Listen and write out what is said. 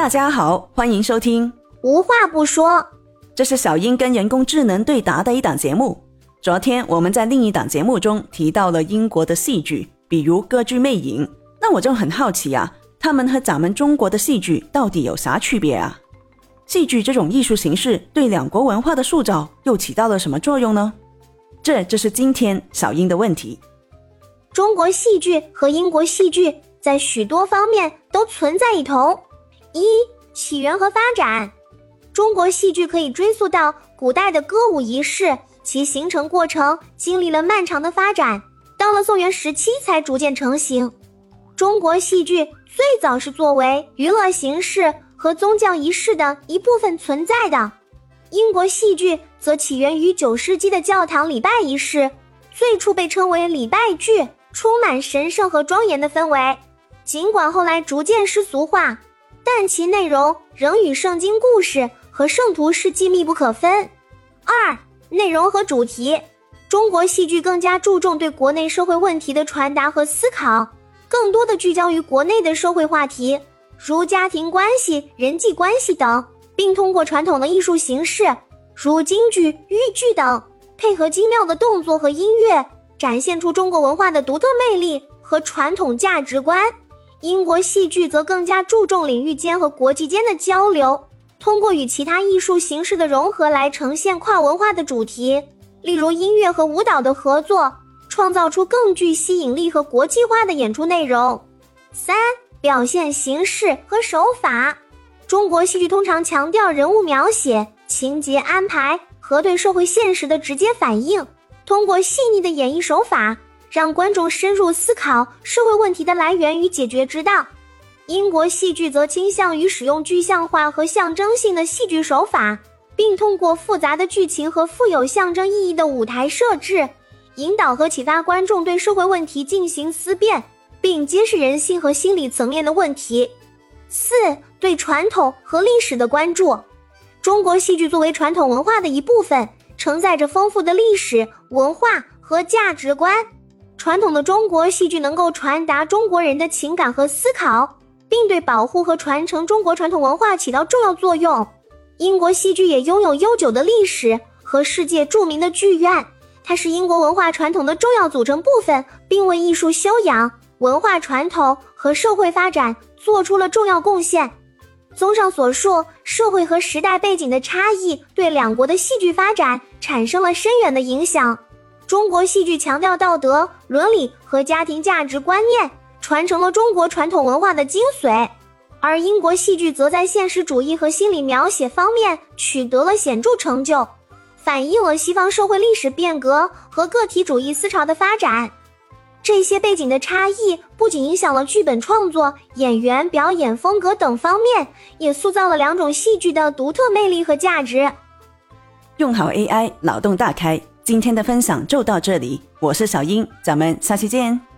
大家好，欢迎收听无话不说。 这是小英跟人工智能对答的一档节目。昨天我们在另一档节目中提到了英国的戏剧，比如歌剧魅影，那我就很好奇啊，他们和咱们中国的戏剧到底有啥区别啊？戏剧这种艺术形式对两国文化的塑造又起到了什么作用呢？这就是今天小英的问题。 中国戏剧和英国戏剧在许多方面都存在异同。一、起源和发展。中国戏剧可以追溯到古代的歌舞仪式，其形成过程经历了漫长的发展，到了宋元时期才逐渐成型。中国戏剧最早是作为娱乐形式和宗教仪式的一部分存在的。英国戏剧则起源于9世纪的教堂礼拜仪式，最初被称为礼拜剧，充满神圣和庄严的氛围。尽管后来逐渐世俗化，但其内容仍与圣经故事和圣徒事迹密不可分。二、内容和主题。中国戏剧更加注重对国内社会问题的传达和思考，更多的聚焦于国内的社会话题，如家庭关系、人际关系等，并通过传统的艺术形式，如京剧、豫剧等，配合精妙的动作和音乐，展现出中国文化的独特魅力和传统价值观。英国戏剧则更加注重领域间和国际间的交流，通过与其他艺术形式的融合来呈现跨文化的主题，例如音乐和舞蹈的合作，创造出更具吸引力和国际化的演出内容。三、表现形式和手法。中国戏剧通常强调人物描写、情节安排和对社会现实的直接反应，通过细腻的演绎手法，让观众深入思考社会问题的来源与解决之道。英国戏剧则倾向于使用具象化和象征性的戏剧手法，并通过复杂的剧情和富有象征意义的舞台设置，引导和启发观众对社会问题进行思辨，并揭示人性和心理层面的问题。四、对传统和历史的关注。中国戏剧作为传统文化的一部分，承载着丰富的历史、文化和价值观。传统的中国戏剧能够传达中国人的情感和思考，并对保护和传承中国传统文化起到重要作用。英国戏剧也拥有悠久的历史和世界著名的剧院，它是英国文化传统的重要组成部分，并为艺术修养、文化传统和社会发展做出了重要贡献。综上所述，社会和时代背景的差异对两国的戏剧发展产生了深远的影响。中国戏剧强调道德、伦理和家庭价值观念，传承了中国传统文化的精髓，而英国戏剧则在现实主义和心理描写方面取得了显著成就，反映了西方社会历史变革和个体主义思潮的发展。这些背景的差异不仅影响了剧本创作、演员表演风格等方面，也塑造了两种戏剧的独特魅力和价值。 用好 AI， 脑洞大开。今天的分享就到这里，我是小英，咱们下期见。